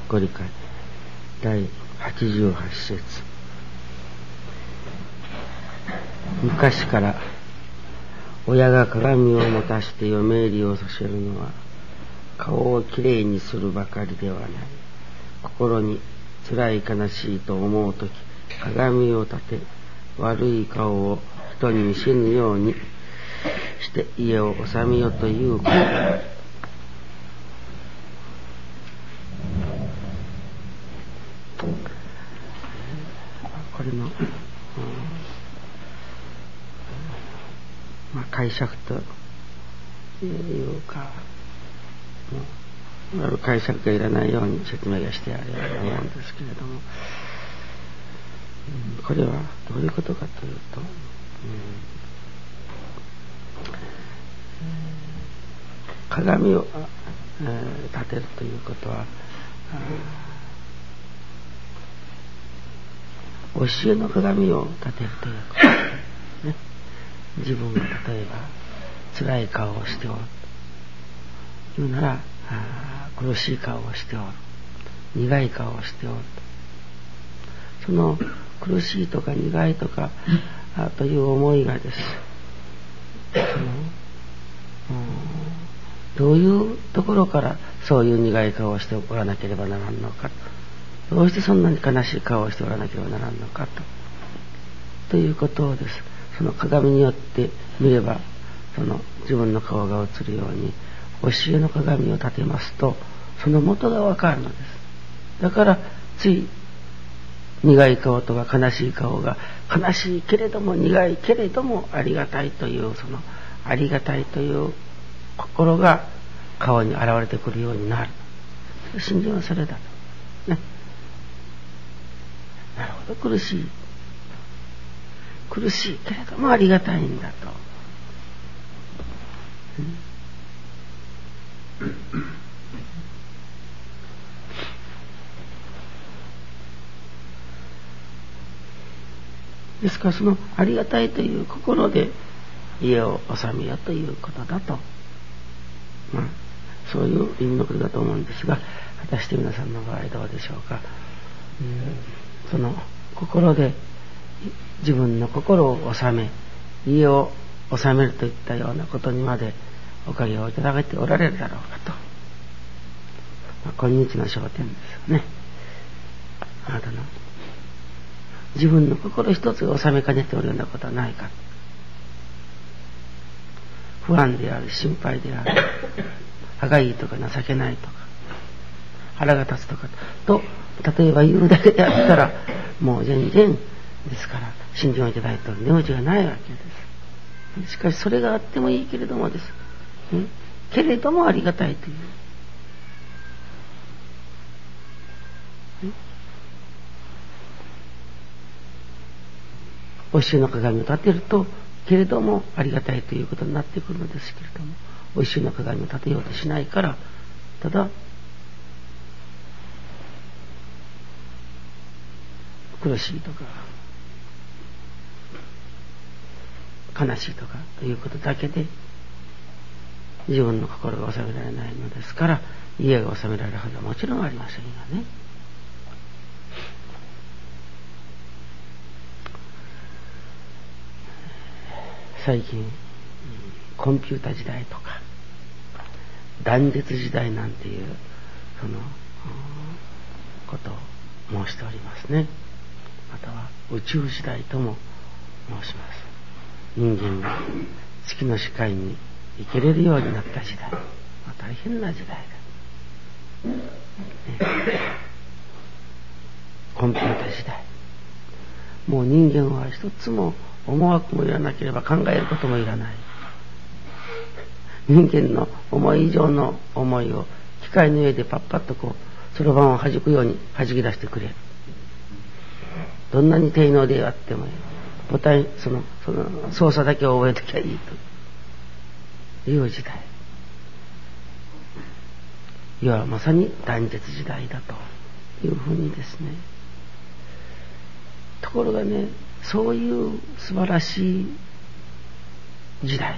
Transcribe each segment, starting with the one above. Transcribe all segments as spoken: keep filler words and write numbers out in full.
ご理解だいはちじゅうはち節。昔から親が鏡を持たして嫁入りをさせるのは顔をきれいにするばかりではない。心に辛い悲しいと思うとき鏡を立て悪い顔を人に見せぬようにして家を治めよということだ。これの、うんまあ、解釈というか、もう解釈がいらないように説明がしてあるように思うんですけれども、うん、これはどういうことかというと、うん、鏡を、えー、立てるということは、教えの鏡を立てるということですね。自分が例えば辛い顔をしておるというなら、苦しい顔をしておる、苦い顔をしておると、その苦しいとか苦いとかという思いがです、その、うん、どういうところからそういう苦い顔をしておらなければならんのか、どうしてそんなに悲しい顔をしておらなければならんのかとということをです、その鏡によって見ればその自分の顔が映るように教えの鏡を立てますと、その元がわかるのです。だからつい苦い顔とか悲しい顔が、悲しいけれども苦いけれどもありがたいという、そのありがたいという心が顔に現れてくるようになる。信心はそれだとね。なるほど、苦しい苦しいけれどもありがたいんだと、うん、ですからそのありがたいという心で家を治めよということだと、まあ、そういう意味のことだと思うんですが、果たして皆さんの場合どうでしょうか。うん、その心で自分の心を治め家を治めるといったようなことにまでおかげをいただけておられるだろうかと、まあ、今日の焦点ですよね。あなたの自分の心一つが治めかねておるようなことはないか。不安である、心配である、歯がいいとか情けないとか腹が立つとかと例えば言うだけであったらもう全然ですから信心をいただいておる値打ちがないわけです。しかしそれがあってもいいけれどもです、うん、けれどもありがたいという、うん、教えの鏡を立てるとけれどもありがたいということになってくるのですけれども、教えの鏡を立てようとしないから、ただ苦しいとか悲しいとかということだけで自分の心が収められないのですから、家が収められるはずはもちろんありませんよね。最近コンピュータ時代とか断絶時代なんていうそのことを申しておりますね。または宇宙時代とも申します。人間が月の視界に生きれるようになった時代、まあ、大変な時代だ、ね、コンピュータ時代、もう人間は一つも思惑もいらなければ考えることもいらない。人間の思い以上の思いを機械の上でパッパッとこうそろばんを弾くように弾き出してくれる。どんなに低能であってもボタンそのその操作だけを覚えときゃいいという時代、いわまさに断絶時代だというふうにですね。ところがね、そういう素晴らしい時代、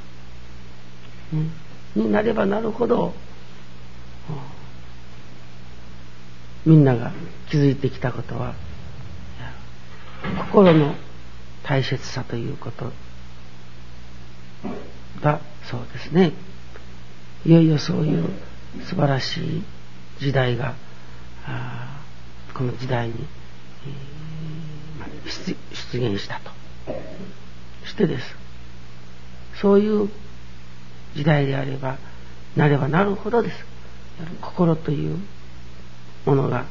うん、になればなるほど、 みんなが気づいてきたことは、心の大切さということだそうですね。いよいよそういう素晴らしい時代がこの時代に、えー、出現したとしてです。そういう時代であればなればなるほどです。心というものが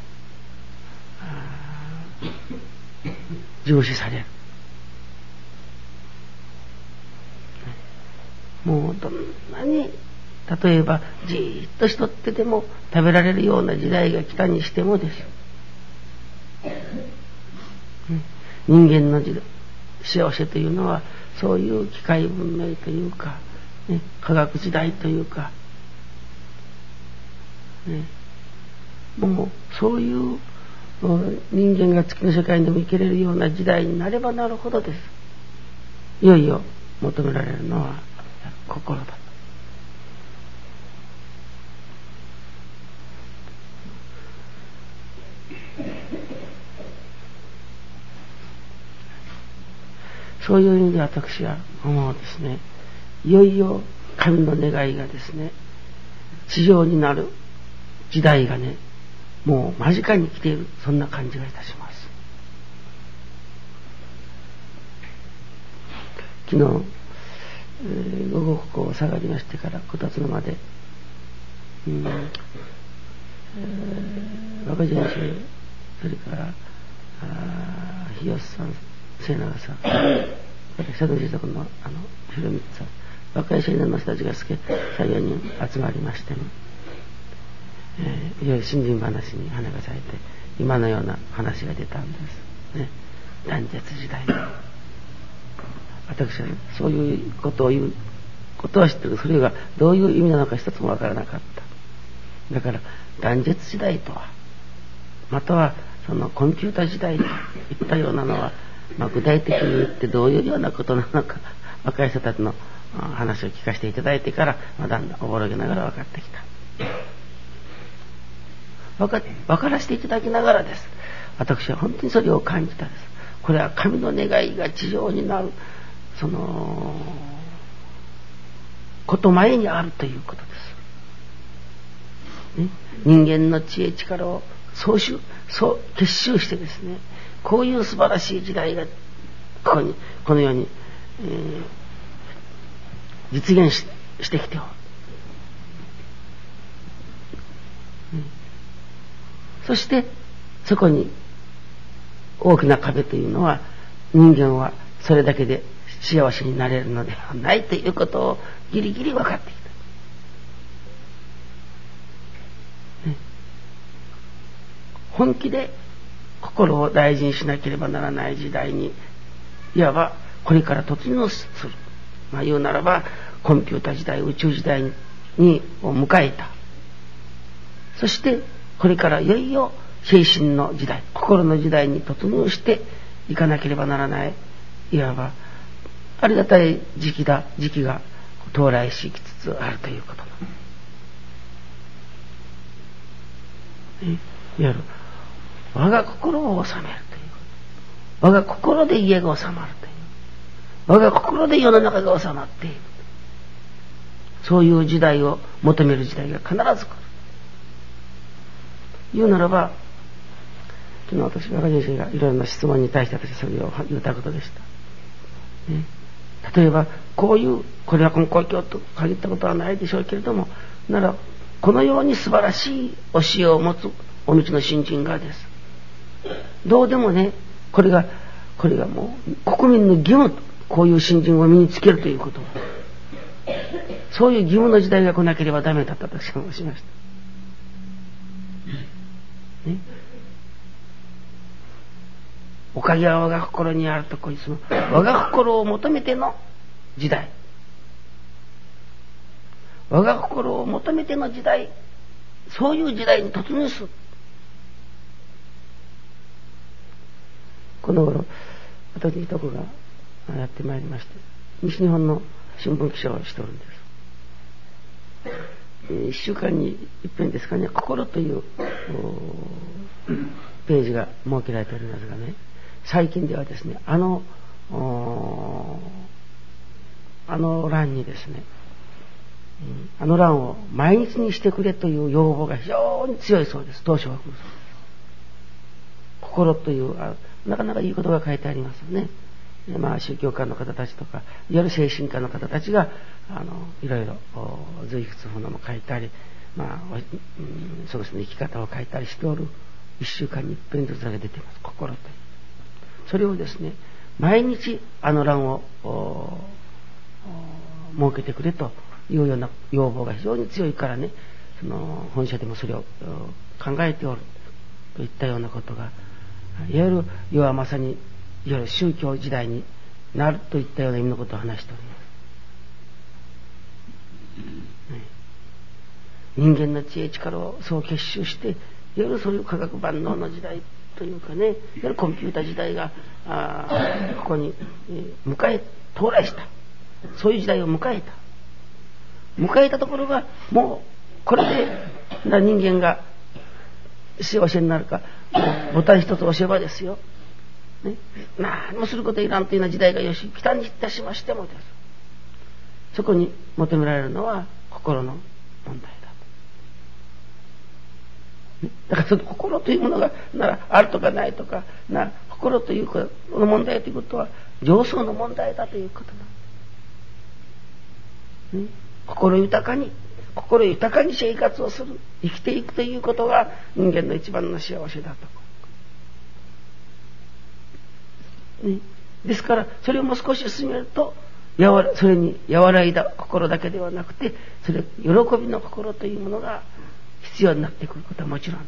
重視される。もうどんなに例えばじーっとしとってでも食べられるような時代が来たにしてもです。人間の時代幸せというのはそういう機械文明というか、ね、科学時代というか、ね、もうそういう人間が月の世界にも生きれるような時代になればなるほどです。いよいよ求められるのは心だ。そういう意味で私は思うですね。いよいよ神の願いがですね、地上になる時代がね、もう間近に来ている、そんな感じがいたします。昨日、えー、午後ここを下がりましてからこたつの間で、うんえー、若先生、それから日吉さん、末永さん、佐藤寺のあの広光さん、若い青年の人たちがすけさん、よにん集まりましてね、えー、いろいろ新人話に花が咲いて今のような話が出たんですね。断絶時代。私は、ね、そういうことを言うことは知ってる。それがどういう意味なのか一つもわからなかった。だから断絶時代とは、またはそのコンピュータ時代といったようなのは、まあ、具体的に言ってどういうようなことなのか、若い人たちの話を聞かせていただいてから、まあ、だんだんおぼろげながら分かってきた。分か、分からせていただきながらです。私は本当にそれを感じたんです。これは神の願いが地上になる、そのこと前にあるということです。ね、人間の知恵力を総集、総結集してですね、こういう素晴らしい時代がここにこのように、えー、実現 し, してきておる、うん、そしてそこに大きな壁というのは、人間はそれだけで幸せになれるのではないということをギリギリ分かってきた、ね、本気で心を大事にしなければならない時代に、いわばこれから突入する、まあ言うならばコンピュータ時代、宇宙時代ににを迎えた。そしてこれからいよいよ精神の時代、心の時代に突入していかなければならない、いわばありがたい時期だ時期が到来しきつつあるということだ。いわゆる我が心を治めるということ、我が心で家が治まるという、我が心で世の中が治まっている、そういう時代を求める時代が必ず来る。言うならば、昨日私若先生がいろいろな質問に対して私はそれを言ったことでした、ね、例えばこういう、これは根高教と限ったことはないでしょうけれども、ならこのように素晴らしい教えを持つお道の新人がです、どうでもね、これがこれがもう国民の義務と、こういう新人を身につけるということは、そういう義務の時代が来なければダメだと私は申しました、ね、おかげは我が心にあると、こいつの我が心を求めての時代、我が心を求めての時代、そういう時代に突入する。この頃私いとこがやってまいりまして、西日本の新聞記者をしておるんです。一週間に一遍ですかね、心というページが設けられておりますがね、最近ではですね、あのあの欄にですね、うん、あの欄を毎日にしてくれという要望が非常に強いそうです。当初は心というあなかなかいいことが書いてありますよね。まあ、宗教家の方たちとかいわゆる精神科の方たちがあのいろいろ随筆法のも書いたり、まあうん、そうですね、生き方を書いたりしておる一週間に一遍ずつだけ出ています。心というそれをですね、毎日あの欄を設けてくれというような要望が非常に強いからね、その本社でもそれを考えておるといったようなことが、いわゆる要はまさにいわゆる宗教時代になるといったような意味のことを話しております、ね、人間の知恵力をそう結集して、いわゆるそういう科学万能の時代というかね、いわゆるコンピュータ時代があここに、えー、迎え到来した、そういう時代を迎えた迎えたところが、もうこれで人間が幸せになるか、ボタン一つ押せばですよ、ね、何もすることいらんというような時代がよし来たにいたしましてもです、そこに求められるのは心の問題だと、ね、だからその心というものがならあるとかないとかな、心というこの問題ということは上層の問題だということなんです、ね、心豊かに心豊かに生活をする、生きていくということが人間の一番の幸せだと、ね、ですからそれをもう少し進めると、やわらそれに和らいだ心だけではなくて、それ喜びの心というものが必要になってくることはもちろんです。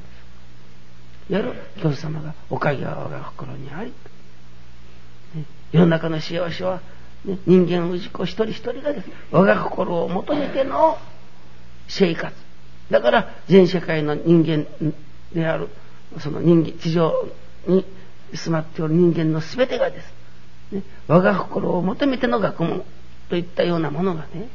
やる教祖様がおかげは我が心にあり、ね、世の中の幸せは、ね、人間氏子一人一人がです、我が心を求めての生活だから、全世界の人間であるその人間地上に住まっておる人間の全てがです、ね、我が心を求めての学問といったようなものがね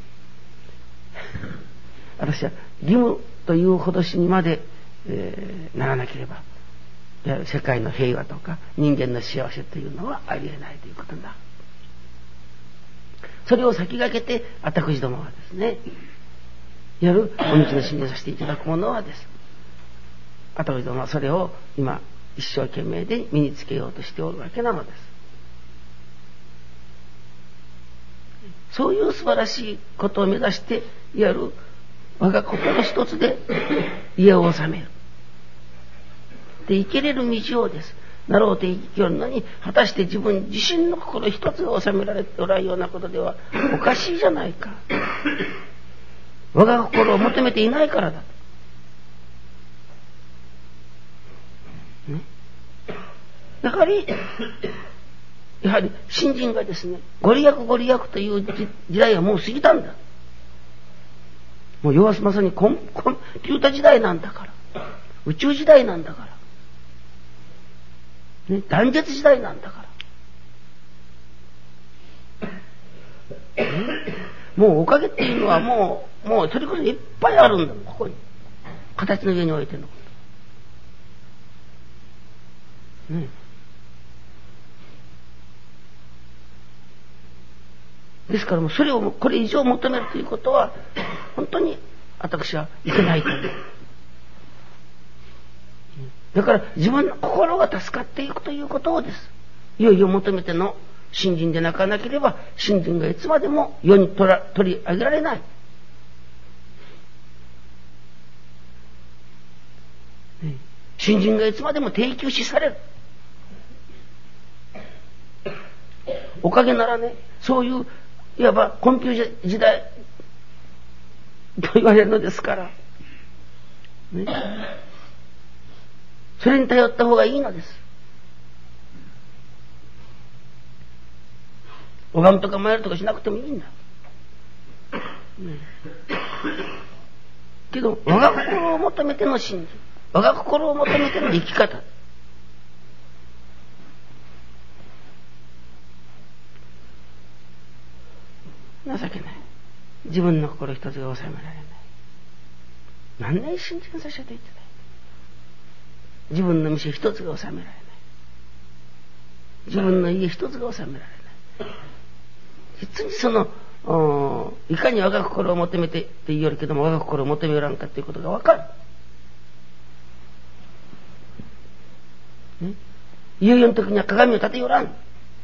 私は義務というほどしにまで、えー、ならなければ、世界の平和とか人間の幸せというのはありえないということだ。それを先駆けて私どもはですね、やるお道の信念させていただくものはです、私どもはそれを今一生懸命で身につけようとしておるわけなのです。そういう素晴らしいことを目指してやる我が心一つで家を治めるで生きれる道をですなろうと生きよるのに、果たして自分自身の心一つが治められておらんようなことではおかしいじゃないか。我が心を求めていないからだ、ね、やはりやはり信心がですね、ご利益ご利益という時代はもう過ぎたんだ。もう要はまさにコンコンピュータ時代なんだから、宇宙時代なんだから、ね、断絶時代なんだから、ね、もうおかげっていうのはもうもうそれこそいっぱいあるんだもん、ここに形の上に置いてるの、ね、ですからもうそれをこれ以上求めるということは本当に私はいけないと思う。だから自分の心が助かっていくということをです、いよいよ求めての信心でなかなければ、信心がいつまでも世に取ら取り上げられない、ね、信心がいつまでも提供しされる。おかげならね、そういういわばコンピュータ時代と言われるのですから、ね、それに頼った方がいいのです。拝むとか参るとかしなくてもいいんだ、ね、けど我が心を求めての信心、我が心を求めての生き方、情けない。自分の心一つが収められない。何年信心させていただいて、 自分の店一つが収められない。自分の家一つが収められない。実にそのいかに我が心を求めてって言いよるけども我が心を求めよらんかっていうことが分かる。ね、いよいよの時には鏡を立てよらん。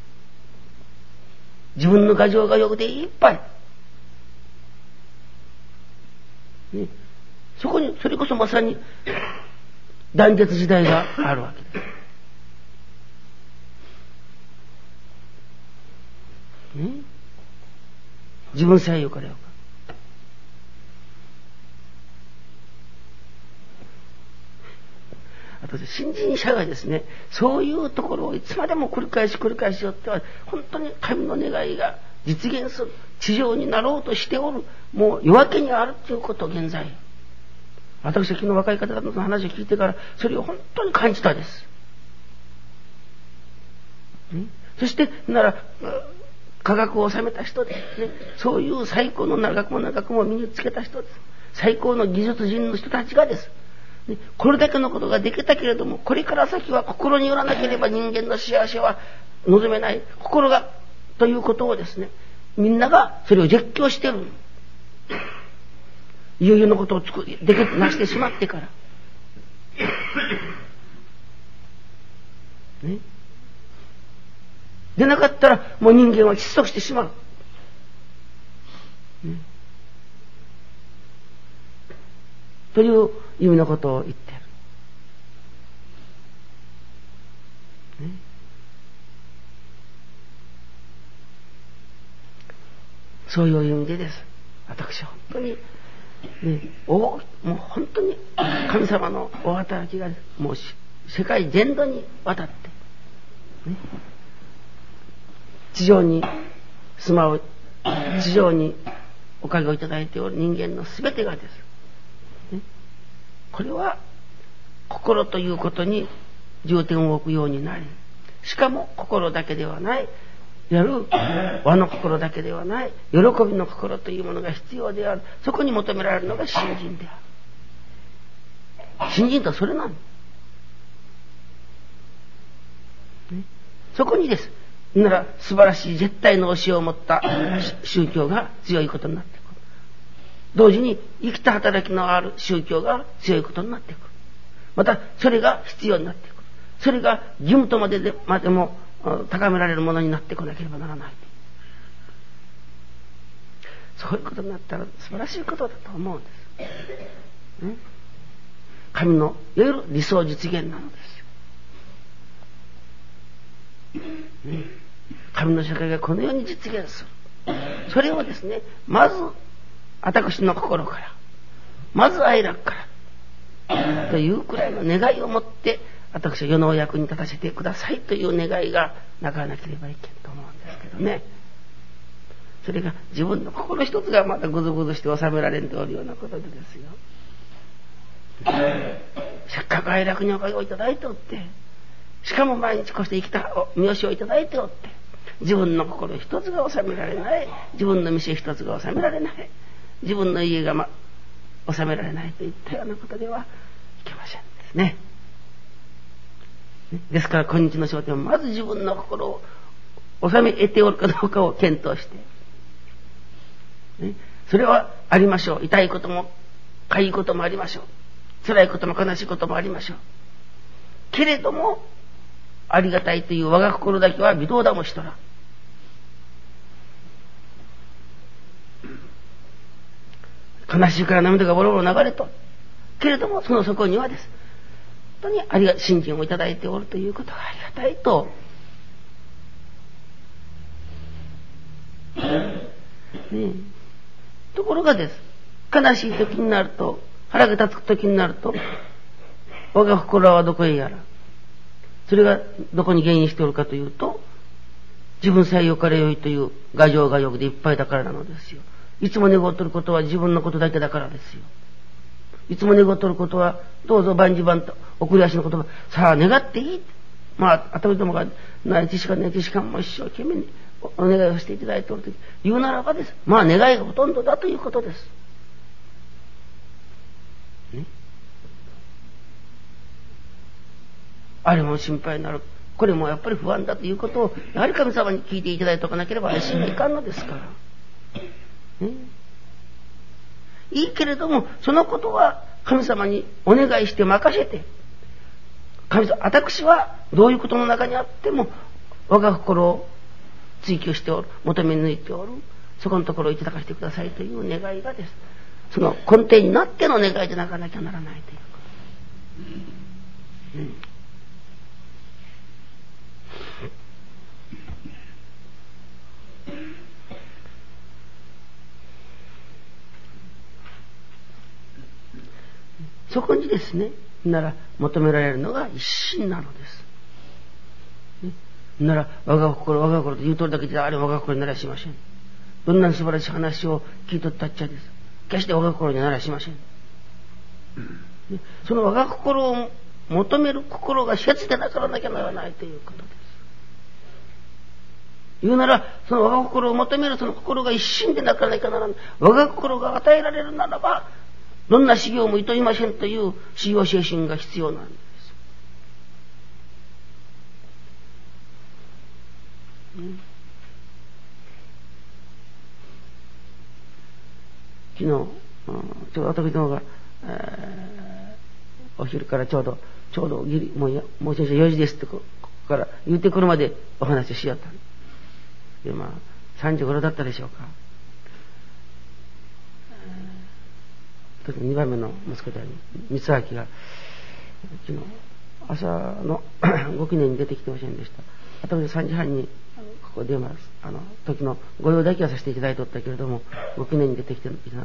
自分の牙城が欲でいっぱい、ね、そこにそれこそまさに断絶時代があるわけです。ね、自分さえよかれよか。あと新人者がですね、そういうところをいつまでも繰り返し繰り返しよっては本当に神の願いが実現する地上になろうとしておるもう夜明けにあるということを現在私は昨日若い方々の話を聞いてからそれを本当に感じたです。ね、そしてなら科学を収めた人ですね、そういう最高の学問な学問を身につけた人です。最高の技術人の人たちがです、ね、これだけのことができたけれどもこれから先は心によらなければ人間の幸せは望めない、心がということをですね、みんながそれを絶叫してる。いよいよのことを作りできなしてしまってからね、でなかったらもう人間は窒息してしまう、ね、という意味のことを言っている、ね、そういう意味でです。私は本当に、ね、おもう本当に神様のお働きがもう世界全土にわたって、ね、地上に住まう地上におかげをいただいておる人間のすべてがです、ね、これは心ということに重点を置くようになり、しかも心だけではない、やる和の心だけではない喜びの心というものが必要である。そこに求められるのが信心である。信心とはそれなの、ね、そこにですなら素晴らしい絶対の教えを持った宗教が強いことになってくる。同時に生きた働きのある宗教が強いことになってくる。またそれが必要になってくる。それが義務とまででまでも高められるものになってこなければならない。そういうことになったら素晴らしいことだと思うんです、ね、神のいわゆる理想実現なのですよ、ね、神の社会がこのように実現する。それをですね、まず私の心からまず愛楽からというくらいの願いを持って私は世のお役に立たせてくださいという願いがなかなければいけんと思うんですけどね。それが自分の心一つがまたぐずぐずして収められんとおるようなことでですよ、せっかく愛楽におかげをいただいておって、しかも毎日こうして生きた見教えをいただいておって、自分の心一つが収められない、自分の店一つが収められない、自分の家が、ま、収められないといったようなことではいけませんですね。ですから今日の焦点はまず自分の心を収め得ておるかどうかを検討して、ね、それはありましょう。痛いこともかゆいこともありましょう。辛いことも悲しいこともありましょう。けれどもありがたいという我が心だけは微動だもしとらん。悲しいから涙がボロボロ流れとけれどもその底にはです本当にありが信心をいただいておるということがありがたいと、ね、ところがです悲しい時になると腹が立つ時になると我が心はどこへやら、それがどこに原因しておるかというと自分さえよかれよいという牙城が欲でいっぱいだからなのですよ。いつも願うとることは自分のことだけだからですよ。いつも願うとることはどうぞ万事万と送り足の言葉さあ願っていい、まあ頭どもが何日しか何日しかも一生懸命にお願いをしていただいておると言うならばです、まあ願いがほとんどだということです、ね、 あれも心配になる、これもやっぱり不安だということをやはり神様に聞いていただいておかなければ安心がいかんのですから、ね、いいけれどもそのことは神様にお願いして任せて、神様、私はどういうことの中にあっても我が心を追求しておる、求め抜いておる、そこのところをいただかせてくださいという願いがです、その根底になっての願いでなかなきゃならないということ、うん、そこにですね、なら求められるのが一心なのです、ね、なら我が心我が心と言う通りだけであれ我が心にならしません。どんな素晴らしい話を聞いとったっちゃです。決して我が心にならしません、ね、その我が心を求める心が切でなからなきゃならないということです。言うならその我が心を求めるその心が一心でなからなきゃならない。我が心が与えられるならばどんな修行もいといませんという修行精神が必要なんです、うん、昨日、うん、ちょうど私どもが、えー、お昼からちょうどちょうどギリもうやもう先生よじですってここから言ってくるまでお話をしよったで、まあさんじごろだったでしょうか。にばんめの息子である三明が昨日朝のご記念に出てきてませんでした。あとでさんじはんにここ出ます。あの時のご用だけはさせていただいておったけれどもご記念に出てきていなかった。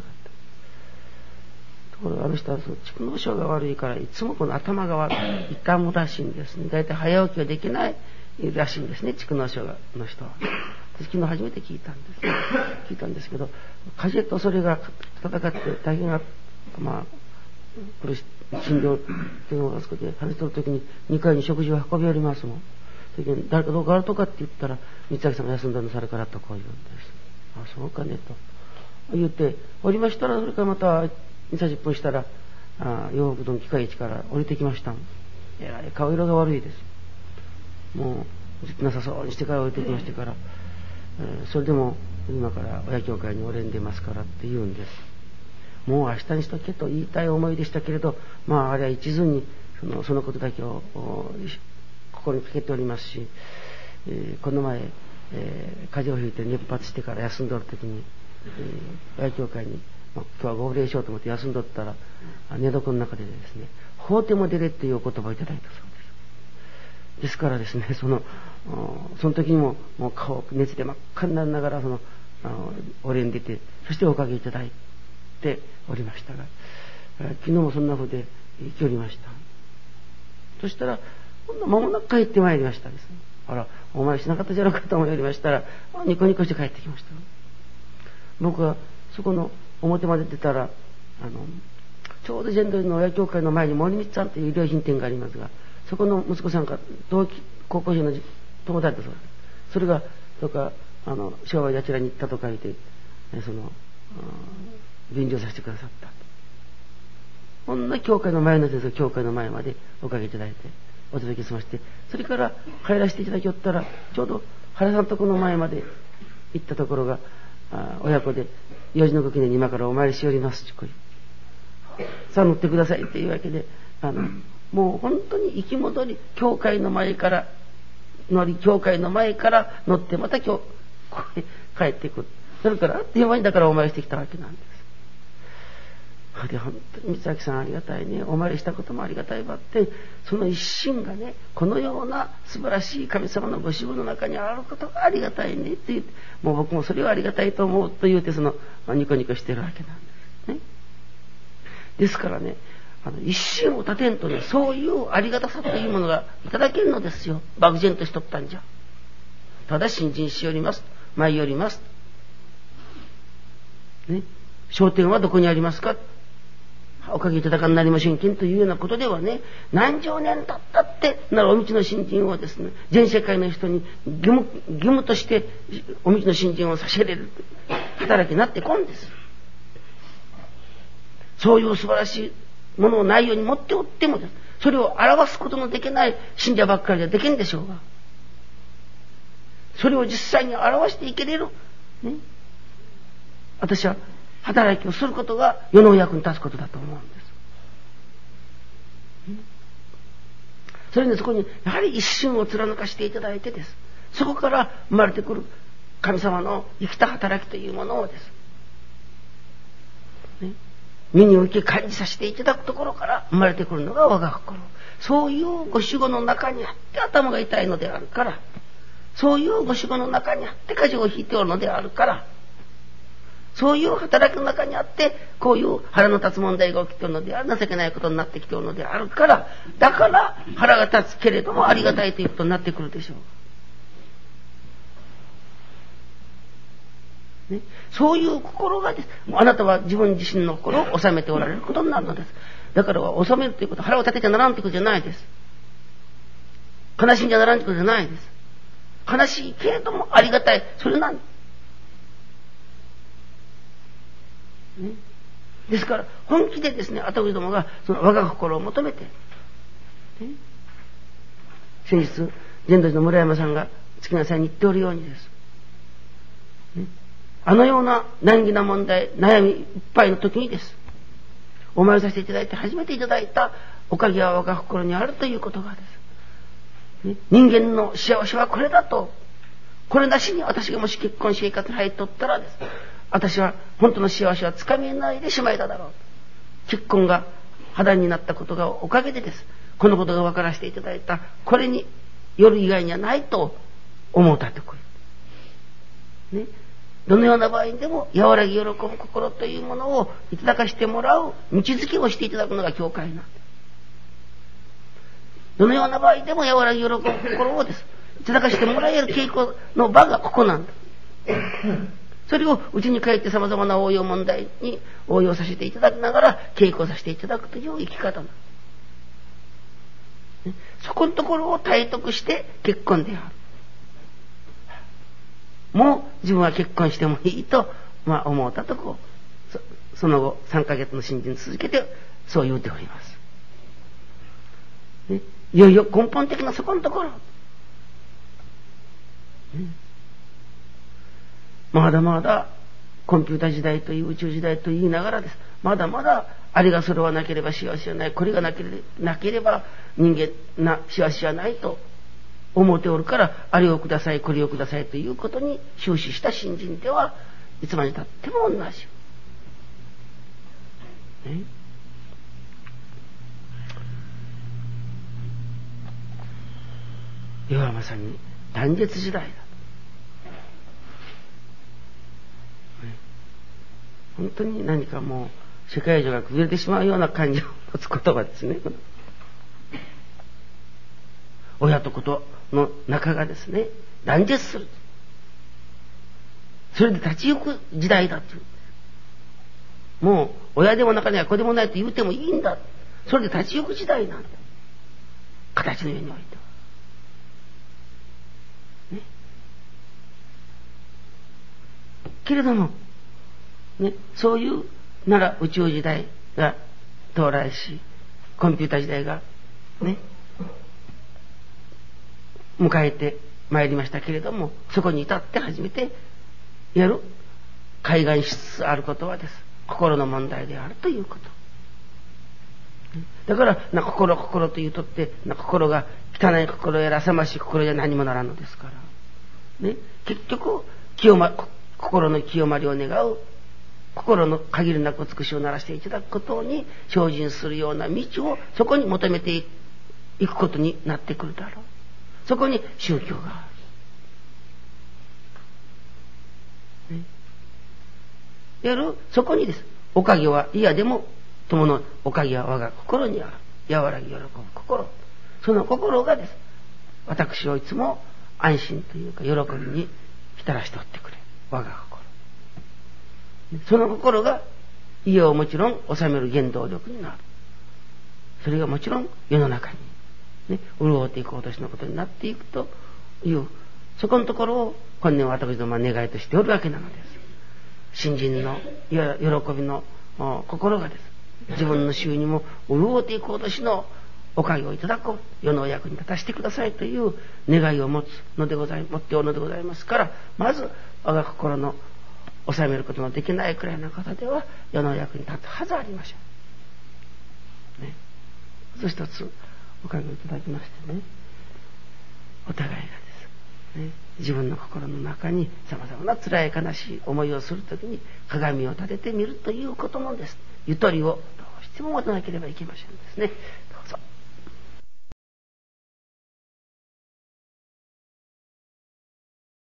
ところがあの人はその蓄膿症が悪いからいつもこの頭が悪い痛むらしいんですね。だいたい早起きができないらしいんですね、蓄膿症の人は。私昨日初めて聞いたんです聞いたんですけど、風邪とそれが戦って大変なまあ苦しい診療っていうのをあそこで話しとるときににかいに食事を運びおりますもん。時に誰かどうかあるとかって言ったら三明さんが休んだのされからとこう言うんです。あ、そうかねと言っておりましたら、それからまたにさんじゅっぷんしたらあ洋服の機械市から降りてきましたもん。えらい顔色が悪いです。もうなさそうにしてから降りてきましてから、えー、それでも今から親教会にお礼に出ますからって言うんです。もう明日にしとけと言いたい思いでしたけれど、まああれは一途にそのそのことだけを心にかけておりますし、えー、この前、えー、風邪をひいて熱発してから休んどる時に、えー、親教会に、まあ、今日はご無礼しようと思って休んどったら寝床の中でですね、法廷も出れっていうお言葉をいただいたそうです。ですからですね、そのその時にももう顔熱で真っ赤になりながらそのお礼に出て、そしておかげいただいておりましたが、昨日もそんなふうで行きおりました。そしたら間もなく帰ってまいりましたですね。あら、お前しなかったじゃろうかと思いおりましたら、ニコニコして帰ってきました。僕はそこの表まで出たら、あのちょうどジェンドリの親教会の前に森光さんという衣料品店がありますが、そこの息子さんが同期高校生の友達だそうです。それがどうかあの商売であちらに行ったと書いて、その便乗させてくださった。こんな教会の前の先生が教会の前までおかげいただいてお届けしまして、それから帰らせていただきよったら、ちょうど原さんとこの前まで行ったところがあ親子でよじのご記念に今からお参りしおりますちこいさあ乗ってくださいっていうわけで、あのもう本当に行き戻り教会の前から乗り教会の前から乗ってまた今日ここへ帰ってくる。それからあっという間にだからお参りしてきたわけなんです。で本当に三明さんありがたいね、お参りしたこともありがたいばって、その一心がねこのような素晴らしい神様のご支部の中にあることがありがたいねって言って、もう僕もそれはありがたいと思うと言うて、その、まあ、ニコニコしてるわけなんですね。ですからね、あの一心を立てんとね、そういうありがたさというものがいただけるのですよ。漠然としとったんじゃ。ただ信心しおります舞いおりますね、焦点はどこにありますか、おかげいただかになりませんけんというようなことではね、何十年経ったってならお道の信心をですね、全世界の人に義務、義務としてお道の信心をさせれる働きになってこんです。そういう素晴らしいものをないように持っておってもです、 それを表すことのできない信者ばっかりじゃできんでしょうが、それを実際に表していけれる、ね、私は働きをすることが世の役に立つことだと思うんです。それにそこにやはり一瞬を貫かしていただいてです、そこから生まれてくる神様の生きた働きというものをです、ね、身に受け感じさせていただくところから生まれてくるのが我が心。そういうご守護の中にあって頭が痛いのであるから、そういうご守護の中にあって舵を引いておるのであるから、そういう働きの中にあってこういう腹の立つ問題が起きておるのである、情けないことになってきておるのであるから、だから腹が立つけれどもありがたいということになってくるでしょう、ね、そういう心がです、あなたは自分自身の心を収めておられることになるのです。だから収めるということは腹を立てちゃならんということじゃないです。悲しんじゃならんということじゃないです。悲しいけれどもありがたい、それなんです、ね、ですから本気でですね、後どもがその我が心を求めて、ね、先日伝道寺の村山さんが月の祭に言っておるようにです、ね、あのような難儀な問題、悩みいっぱいの時にです、お参りさせていただいて初めていただいたおかげは我が心にあるということがです、ね、人間の幸せはこれだと、これなしに私がもし結婚生活に入っとったらです、私は本当の幸せはつかめないでしまいだだろう。結婚が破談になったことがおかげでです、このことが分からせていただいた、これによる以外にはないと思うたってくる、ね、どのような場合にでも和らぎ喜ぶ心というものをいただかしてもらう道づけをしていただくのが教会なんです。どのような場合でも和らぎ喜ぶ心をですいただかしてもらえる稽古の場がここなんだ。それをうちに帰ってさまざまな応用問題に応用させていただきながら稽古させていただくという生き方なんです、ね、そこのところを体得して結婚である。もう自分は結婚してもいいと、まあ、思ったとこう そ, その後さんかげつの新人続けてそう言うております、ね、いよいよ根本的なそこのところ、ね、まだまだコンピュータ時代という宇宙時代と言いながらです、まだまだあれがそれはなければ幸せはない、これがなければ、なければ人間な幸せはないと思っておるから、あれをくださいこれをくださいということに終始した信心ではいつまでたっても同じ、ね、世はまさに断絶時代だ。本当に何かもう世界中が崩れてしまうような感じを持つ言葉ですね。親と子との仲がですね断絶する、それで立ち行く時代だっていう、もう親でも中には子でもないと言うてもいいんだ、それで立ち行く時代なんだ、形の上においては、ね、けれどもね、そういうなら宇宙時代が到来し、コンピュータ時代がね迎えてまいりましたけれども、そこに至って初めてやる開眼しつつあることはです、心の問題であるということ。だからな心心というとってな、心が汚い心やらさましい心じゃ何もならんのですから、ね、結局清、ま、心の清まりを願う、心の限りなく美しをならしていただくことに精進するような道をそこに求めていくことになってくるだろう。そこに宗教がある、ね、やるそこにです、おかげはいやでも友のおかげは我が心にある、和らぎ喜ぶ心、その心がです私をいつも安心というか喜びに浸らしておってくれ、我が心、その心が家をもちろん治める原動力になる。それがもちろん世の中に、ね、潤っていくお年のことになっていくという、そこのところを本年私どもは願いとしておるわけなのです。信心の喜びの心がです、自分の周囲にも潤っていくお年のおかげをいただこう、世のお役に立たせてくださいという願いを持つのでござい持っておるのでございますから、まず我が心の収めることのできないくらいの方では世の役に立つはずありません、ね、まず一つおかげをいただきましてね、お互いがですね、自分の心の中にさまざまな辛い悲しい思いをするときに鏡を立ててみるということのですね、ゆとりをどうしても持たなければいけませんですね。